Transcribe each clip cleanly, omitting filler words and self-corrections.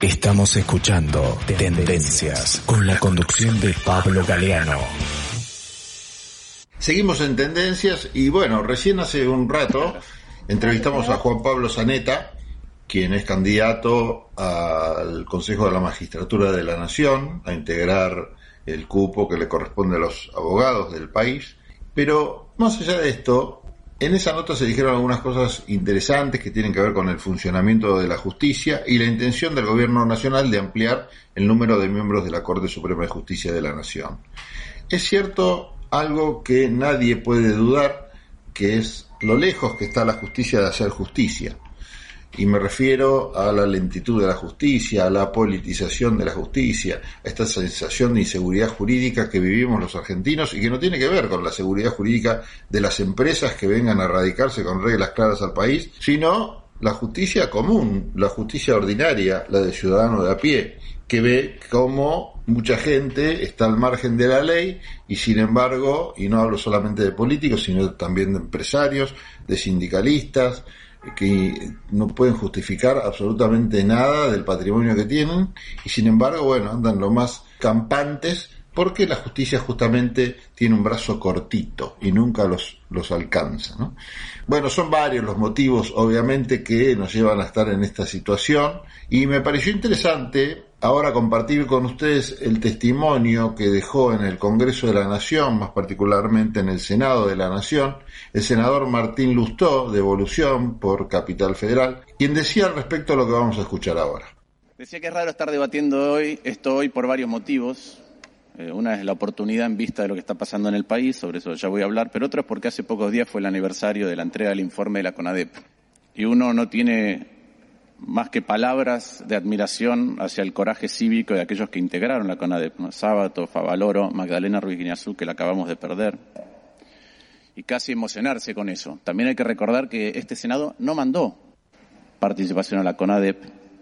Estamos escuchando Tendencias con la conducción de Pablo Galeano. Seguimos en Tendencias y bueno, recién hace un rato entrevistamos a Juan Pablo Zanetta, quien es candidato al Consejo de la Magistratura de la Nación, a integrar el cupo que le corresponde a los abogados del país. Pero más allá de esto, en esa nota se dijeron algunas cosas interesantes que tienen que ver con el funcionamiento de la justicia y la intención del gobierno nacional de ampliar el número de miembros de la Corte Suprema de Justicia de la Nación. Es cierto algo que nadie puede dudar, que es lo lejos que está la justicia de hacer justicia. Y me refiero a la lentitud de la justicia, a la politización de la justicia, a esta sensación de inseguridad jurídica que vivimos los argentinos y que no tiene que ver con la seguridad jurídica de las empresas que vengan a radicarse con reglas claras al país, sino la justicia común, la justicia ordinaria, la del ciudadano de a pie, que ve cómo mucha gente está al margen de la ley y sin embargo, y no hablo solamente de políticos, sino también de empresarios, de sindicalistas, que no pueden justificar absolutamente nada del patrimonio que tienen y sin embargo, bueno, andan lo más campantes porque la justicia justamente tiene un brazo cortito y nunca los alcanza, ¿no? Bueno, son varios los motivos obviamente que nos llevan a estar en esta situación y me pareció interesante ahora compartir con ustedes el testimonio que dejó en el Congreso de la Nación, más particularmente en el Senado de la Nación, el senador Martín Lustó, de Evolución por Capital Federal, quien decía al respecto lo que vamos a escuchar ahora. Decía que es raro estar debatiendo esto hoy por varios motivos. Una es la oportunidad en vista de lo que está pasando en el país, sobre eso ya voy a hablar, pero otra es porque hace pocos días fue el aniversario de la entrega del informe de la CONADEP. Y uno no tiene más que palabras de admiración hacia el coraje cívico de aquellos que integraron la CONADEP, ¿no? Sábato, Favaloro, Magdalena Ruiz Guiñazú, que la acabamos de perder, y casi emocionarse con eso. También hay que recordar que este Senado no mandó participación a la CONADEP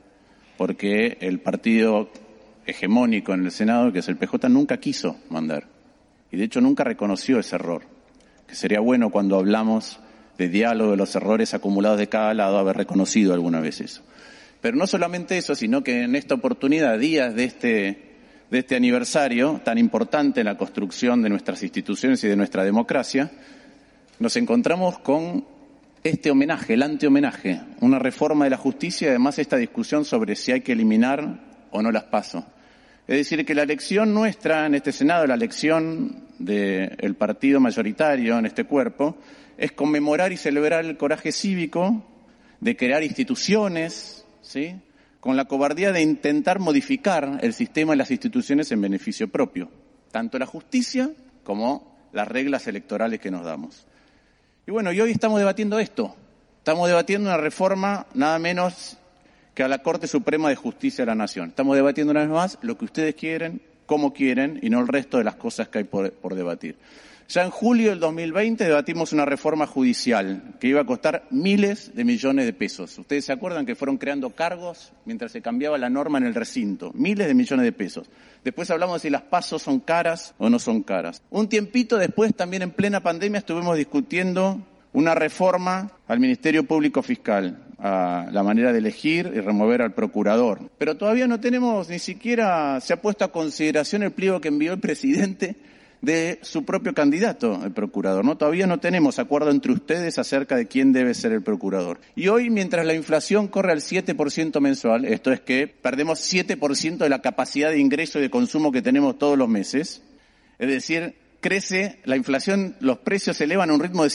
porque el partido hegemónico en el Senado, que es el PJ, nunca quiso mandar. Y de hecho nunca reconoció ese error, que sería bueno cuando hablamos de diálogo de los errores acumulados de cada lado haber reconocido alguna vez eso. Pero no solamente eso, sino que en esta oportunidad, días de este aniversario tan importante en la construcción de nuestras instituciones y de nuestra democracia, nos encontramos con este homenaje, el antihomenaje, una reforma de la justicia y además esta discusión sobre si hay que eliminar o no las PASO. Es decir, que la elección nuestra en este Senado, la elección del partido mayoritario en este cuerpo, es conmemorar y celebrar el coraje cívico de crear instituciones, ¿sí?, con la cobardía de intentar modificar el sistema de las instituciones en beneficio propio, tanto la justicia como las reglas electorales que nos damos. Y bueno, y hoy estamos debatiendo esto. Estamos debatiendo una reforma nada menos que a la Corte Suprema de Justicia de la Nación. Estamos debatiendo una vez más lo que ustedes quieren, cómo quieren, y no el resto de las cosas que hay por debatir. Ya en julio del 2020 debatimos una reforma judicial que iba a costar miles de millones de pesos. Ustedes se acuerdan que fueron creando cargos mientras se cambiaba la norma en el recinto. Miles de millones de pesos. Después hablamos de si las PASO son caras o no son caras. Un tiempito después, también en plena pandemia, estuvimos discutiendo una reforma al Ministerio Público Fiscal, a la manera de elegir y remover al procurador. Pero todavía no tenemos, ni siquiera se ha puesto a consideración el pliego que envió el presidente de su propio candidato, el procurador, ¿no? Todavía no tenemos acuerdo entre ustedes acerca de quién debe ser el procurador. Y hoy, mientras la inflación corre al 7% mensual, esto es que perdemos 7% de la capacidad de ingreso y de consumo que tenemos todos los meses, es decir, crece la inflación, los precios se elevan a un ritmo de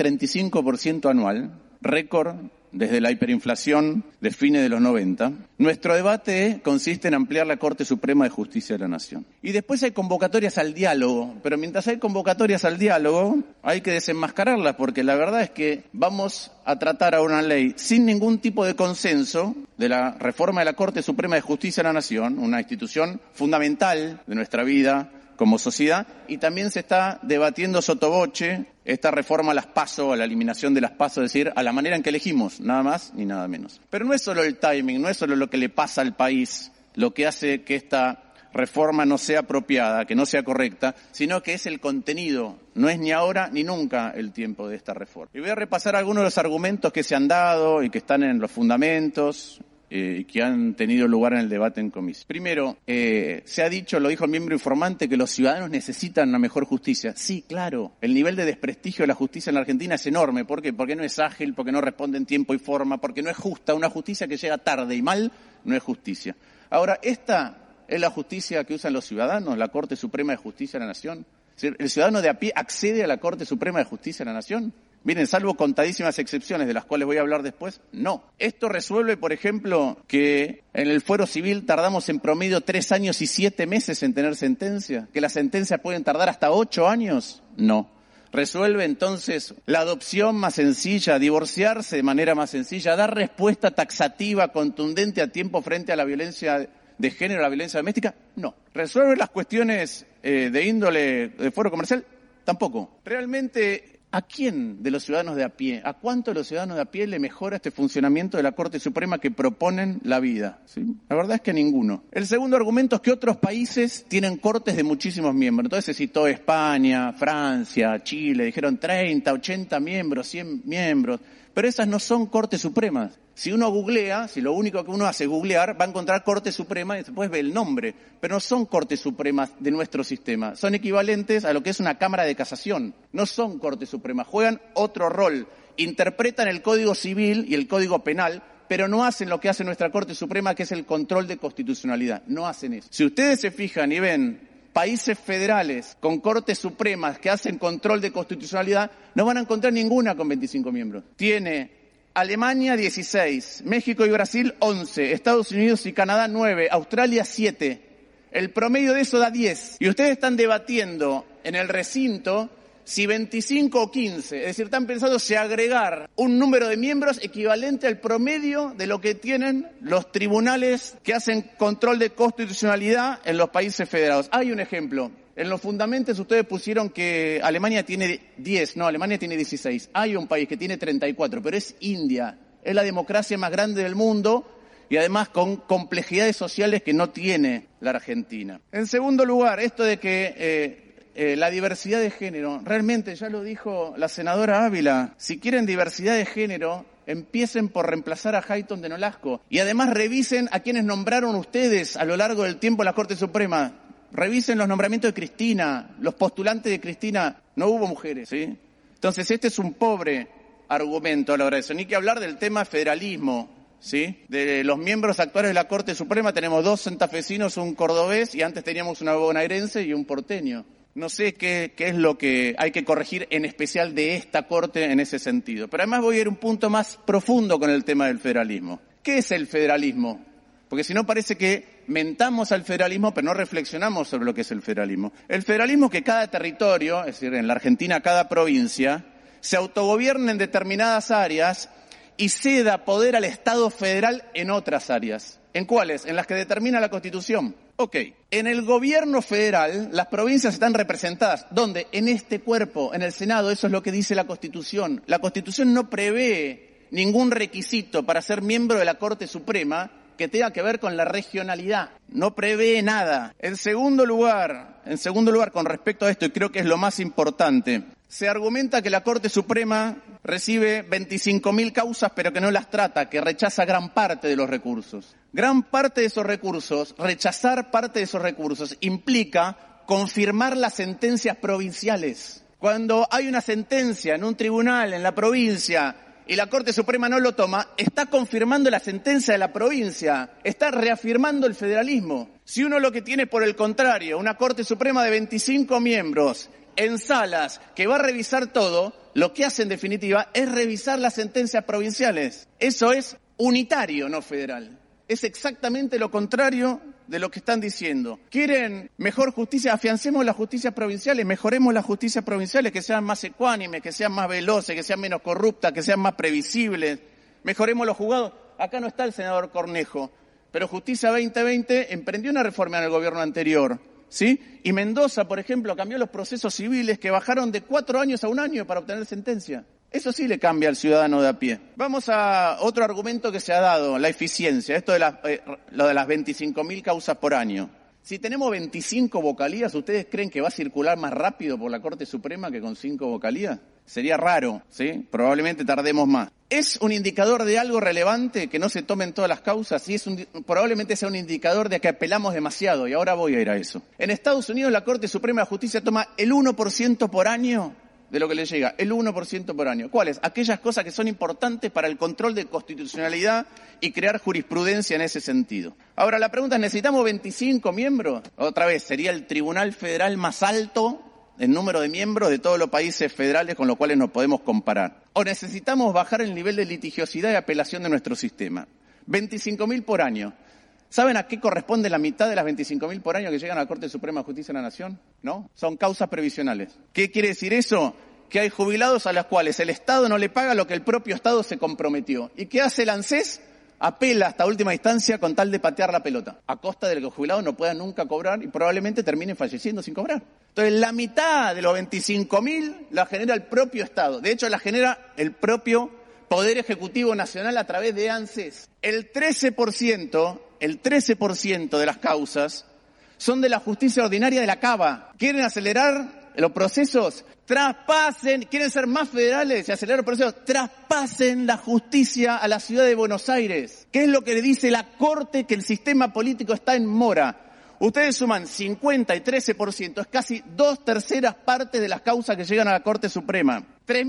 135% anual, récord desde la hiperinflación de fines de los 90. Nuestro debate consiste en ampliar la Corte Suprema de Justicia de la Nación. Y después hay convocatorias al diálogo, pero mientras hay convocatorias al diálogo hay que desenmascararlas, porque la verdad es que vamos a tratar a una ley sin ningún tipo de consenso de la reforma de la Corte Suprema de Justicia de la Nación, una institución fundamental de nuestra vida como sociedad, y también se está debatiendo sotoboche esta reforma a las PASO, a la eliminación de las PASO, es decir, a la manera en que elegimos, nada más ni nada menos. Pero no es solo el timing, no es solo lo que le pasa al país lo que hace que esta reforma no sea apropiada, que no sea correcta, sino que es el contenido. No es ni ahora ni nunca el tiempo de esta reforma. Y voy a repasar algunos de los argumentos que se han dado y que están en los fundamentos que han tenido lugar en el debate en comisión. Primero, se ha dicho, lo dijo el miembro informante, que los ciudadanos necesitan una mejor justicia. Sí, claro, el nivel de desprestigio de la justicia en la Argentina es enorme. ¿Por qué? Porque no es ágil, porque no responde en tiempo y forma, porque no es justa. Una justicia que llega tarde y mal no es justicia. Ahora, esta es la justicia que usan los ciudadanos, la Corte Suprema de Justicia de la Nación. Es decir, ¿el ciudadano de a pie accede a la Corte Suprema de Justicia de la Nación? Miren, salvo contadísimas excepciones de las cuales voy a hablar después, no. Esto resuelve, por ejemplo, que en el fuero civil tardamos en promedio 3 años y 7 meses en tener sentencia, que las sentencias pueden tardar hasta 8 años, no. Resuelve entonces la adopción más sencilla, divorciarse de manera más sencilla, dar respuesta taxativa, contundente a tiempo frente a la violencia de género, la violencia doméstica, no. ¿Resuelve las cuestiones de índole de fuero comercial? Tampoco. Realmente, ¿a quién de los ciudadanos de a pie, a cuánto de los ciudadanos de a pie le mejora este funcionamiento de la Corte Suprema que proponen la vida? ¿Sí? La verdad es que ninguno. El segundo argumento es que otros países tienen cortes de muchísimos miembros. Entonces se citó España, Francia, Chile, dijeron 30, 80 miembros, 100 miembros. Pero esas no son Cortes Supremas. Si uno googlea, si lo único que uno hace es googlear, va a encontrar Corte Suprema y después ve el nombre. Pero no son Cortes Supremas de nuestro sistema. Son equivalentes a lo que es una Cámara de Casación. No son Cortes Supremas. Juegan otro rol. Interpretan el Código Civil y el Código Penal, pero no hacen lo que hace nuestra Corte Suprema, que es el control de constitucionalidad. No hacen eso. Si ustedes se fijan y ven países federales con Cortes Supremas que hacen control de constitucionalidad, no van a encontrar ninguna con 25 miembros. Tiene Alemania 16, México y Brasil 11, Estados Unidos y Canadá 9, Australia 7. El promedio de eso da 10. Y ustedes están debatiendo en el recinto si 25 o 15. Es decir, están pensando si agregar un número de miembros equivalente al promedio de lo que tienen los tribunales que hacen control de constitucionalidad en los países federados. Hay un ejemplo. En los fundamentos ustedes pusieron que Alemania tiene 10, no, Alemania tiene 16. Hay un país que tiene 34, pero es India. Es la democracia más grande del mundo y además con complejidades sociales que no tiene la Argentina. En segundo lugar, esto de que la diversidad de género, realmente ya lo dijo la senadora Ávila, si quieren diversidad de género, empiecen por reemplazar a Hayton de Nolasco y además revisen a quienes nombraron ustedes a lo largo del tiempo en la Corte Suprema. Revisen los nombramientos de Cristina, los postulantes de Cristina, no hubo mujeres, ¿sí? Entonces este es un pobre argumento a la hora de eso. Ni que hablar del tema federalismo, ¿sí? De los miembros actuales de la Corte Suprema tenemos 2 santafesinos, un cordobés y antes teníamos una bonaerense y un porteño. No sé qué es lo que hay que corregir en especial de esta Corte en ese sentido. Pero además voy a ir un punto más profundo con el tema del federalismo. ¿Qué es el federalismo? Porque si no parece que mentamos al federalismo, pero no reflexionamos sobre lo que es el federalismo. El federalismo es que cada territorio, es decir, en la Argentina cada provincia, se autogobierne en determinadas áreas y ceda poder al Estado federal en otras áreas. ¿En cuáles? En las que determina la Constitución. Ok, en el gobierno federal las provincias están representadas. ¿Dónde? En este cuerpo, en el Senado, eso es lo que dice la Constitución. La Constitución no prevé ningún requisito para ser miembro de la Corte Suprema que tenga que ver con la regionalidad. No prevé nada. En segundo lugar, con respecto a esto, y creo que es lo más importante, se argumenta que la Corte Suprema recibe 25.000 causas, pero que no las trata, que rechaza gran parte de los recursos. Gran parte de esos recursos, rechazar parte de esos recursos, implica confirmar las sentencias provinciales. Cuando hay una sentencia en un tribunal en la provincia y la Corte Suprema no lo toma, está confirmando la sentencia de la provincia, está reafirmando el federalismo. Si uno lo que tiene, por el contrario, una Corte Suprema de 25 miembros en salas que va a revisar todo, lo que hace en definitiva es revisar las sentencias provinciales. Eso es unitario, no federal. Es exactamente lo contrario de lo que están diciendo. ¿Quieren mejor justicia? Afiancemos las justicias provinciales, mejoremos las justicias provinciales, que sean más ecuánimes, que sean más veloces, que sean menos corruptas, que sean más previsibles. Mejoremos los juzgados. Acá no está el senador Cornejo, pero Justicia 2020 emprendió una reforma en el gobierno anterior, ¿sí? Y Mendoza, por ejemplo, cambió los procesos civiles que bajaron de 4 años a 1 año para obtener sentencia. Eso sí le cambia al ciudadano de a pie. Vamos a otro argumento que se ha dado, la eficiencia. Esto de lo de las 25.000 causas por año. Si tenemos 25 vocalías, ¿ustedes creen que va a circular más rápido por la Corte Suprema que con 5 vocalías? Sería raro, ¿sí? Probablemente tardemos más. ¿Es un indicador de algo relevante que no se tomen todas las causas? Sí, probablemente sea un indicador de que apelamos demasiado, y ahora voy a ir a eso. En Estados Unidos la Corte Suprema de Justicia toma el 1% por año de lo que le llega, el 1% por año. ¿Cuáles? Aquellas cosas que son importantes para el control de constitucionalidad y crear jurisprudencia en ese sentido. Ahora, la pregunta es, ¿necesitamos 25 miembros? Otra vez, sería el tribunal federal más alto en número de miembros de todos los países federales con los cuales nos podemos comparar. ¿O necesitamos bajar el nivel de litigiosidad y apelación de nuestro sistema? 25.000 por año. ¿Saben a qué corresponde la mitad de las 25.000 por año que llegan a la Corte Suprema de Justicia de la Nación? ¿No? Son causas previsionales. ¿Qué quiere decir eso? Que hay jubilados a los cuales el Estado no le paga lo que el propio Estado se comprometió. ¿Y qué hace el ANSES? Apela hasta última instancia con tal de patear la pelota, a costa de que los jubilados no puedan nunca cobrar y probablemente terminen falleciendo sin cobrar. Entonces, la mitad de los 25.000 la genera el propio Estado. De hecho, la genera el propio Poder Ejecutivo Nacional a través de ANSES. El 13% de las causas son de la justicia ordinaria de la Cava. ¿Quieren acelerar los procesos? ¿Quieren ser más federales y acelerar los procesos? Traspasen la justicia a la ciudad de Buenos Aires. ¿Qué es lo que le dice la Corte? Que el sistema político está en mora. Ustedes suman 50 y 13%, es casi 2/3 partes de las causas que llegan a la Corte Suprema.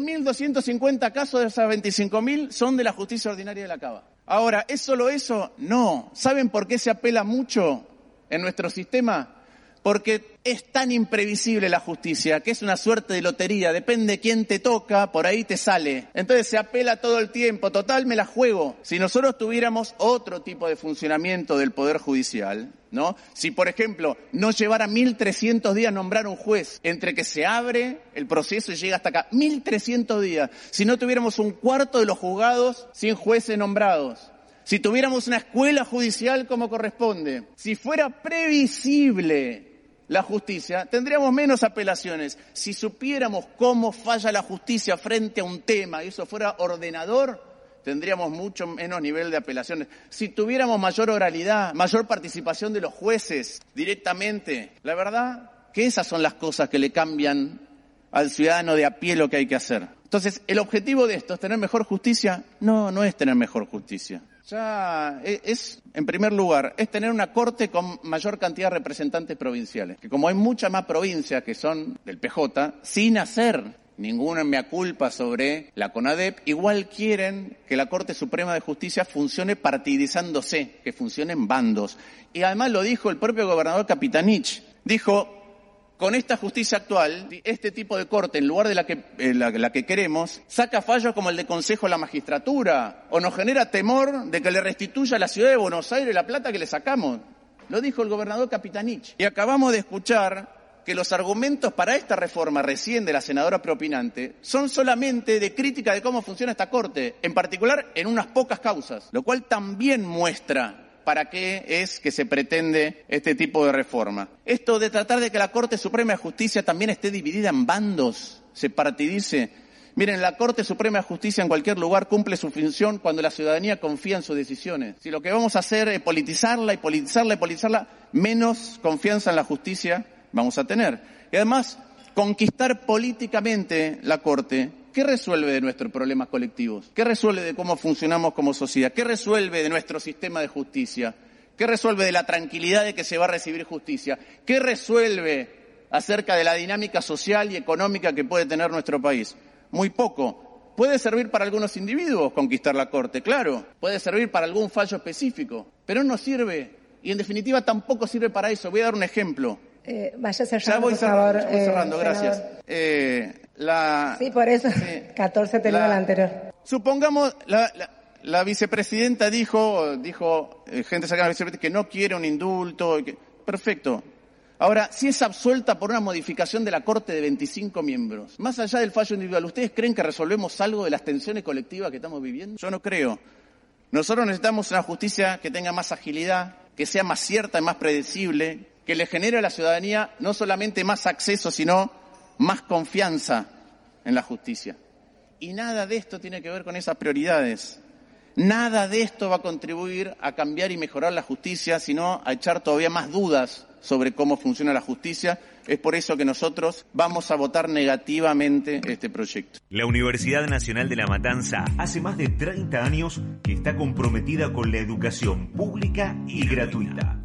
3.250 casos de esas 25.000 son de la justicia ordinaria de la Cava. Ahora, ¿es solo eso? No. ¿Saben por qué se apela mucho en nuestro sistema? Porque es tan imprevisible la justicia, que es una suerte de lotería, depende de quién te toca, por ahí te sale. Entonces se apela todo el tiempo, total me la juego. Si nosotros tuviéramos otro tipo de funcionamiento del Poder Judicial, ¿no? Si, por ejemplo, no llevara 1.300 días nombrar un juez, entre que se abre el proceso y llega hasta acá, 1.300 días. Si no tuviéramos un cuarto de los juzgados sin jueces nombrados. Si tuviéramos una escuela judicial como corresponde. Si fuera previsible la justicia, tendríamos menos apelaciones. Si supiéramos cómo falla la justicia frente a un tema y eso fuera ordenador, tendríamos mucho menos nivel de apelaciones. Si tuviéramos mayor oralidad, mayor participación de los jueces directamente, la verdad que esas son las cosas que le cambian al ciudadano de a pie lo que hay que hacer. Entonces, ¿el objetivo de esto es tener mejor justicia? No, no es tener mejor justicia. Ya es, en primer lugar, es tener una corte con mayor cantidad de representantes provinciales. Que como hay muchas más provincias que son del PJ, sin hacer ninguna mea culpa sobre la CONADEP, igual quieren que la Corte Suprema de Justicia funcione partidizándose, que funcione en bandos. Y además lo dijo el propio gobernador Capitanich. Dijo, con esta justicia actual, este tipo de corte, en lugar de la que queremos, saca fallos como el de Consejo de la Magistratura, o nos genera temor de que le restituya a la ciudad de Buenos Aires la plata que le sacamos. Lo dijo el gobernador Capitanich. Y acabamos de escuchar que los argumentos para esta reforma recién de la senadora preopinante son solamente de crítica de cómo funciona esta corte, en particular en unas pocas causas, lo cual también muestra para qué es que se pretende este tipo de reforma. Esto de tratar de que la Corte Suprema de Justicia también esté dividida en bandos, se partidice. Miren, la Corte Suprema de Justicia en cualquier lugar cumple su función cuando la ciudadanía confía en sus decisiones. Si lo que vamos a hacer es politizarla, menos confianza en la justicia vamos a tener. Y además, conquistar políticamente la Corte, ¿qué resuelve de nuestros problemas colectivos? ¿Qué resuelve de cómo funcionamos como sociedad? ¿Qué resuelve de nuestro sistema de justicia? ¿Qué resuelve de la tranquilidad de que se va a recibir justicia? ¿Qué resuelve acerca de la dinámica social y económica que puede tener nuestro país? Muy poco. Puede servir para algunos individuos conquistar la Corte, claro. Puede servir para algún fallo específico, pero no sirve. Y en definitiva tampoco sirve para eso. Voy a dar un ejemplo. Vaya cerrando, ya voy por favor. Ya voy cerrando, gracias. Sí, por eso. Sí, 14 te leo la anterior. Supongamos, la vicepresidenta dijo, gente cercana a la vicepresidenta, que no quiere un indulto. Perfecto. Ahora, si es absuelta por una modificación de la Corte de 25 miembros, más allá del fallo individual, ¿ustedes creen que resolvemos algo de las tensiones colectivas que estamos viviendo? Yo no creo. Nosotros necesitamos una justicia que tenga más agilidad, que sea más cierta y más predecible, que le genere a la ciudadanía no solamente más acceso, sino más confianza en la justicia. Y nada de esto tiene que ver con esas prioridades. Nada de esto va a contribuir a cambiar y mejorar la justicia, sino a echar todavía más dudas sobre cómo funciona la justicia. Es por eso que nosotros vamos a votar negativamente este proyecto. La Universidad Nacional de La Matanza hace más de 30 años que está comprometida con la educación pública y gratuita.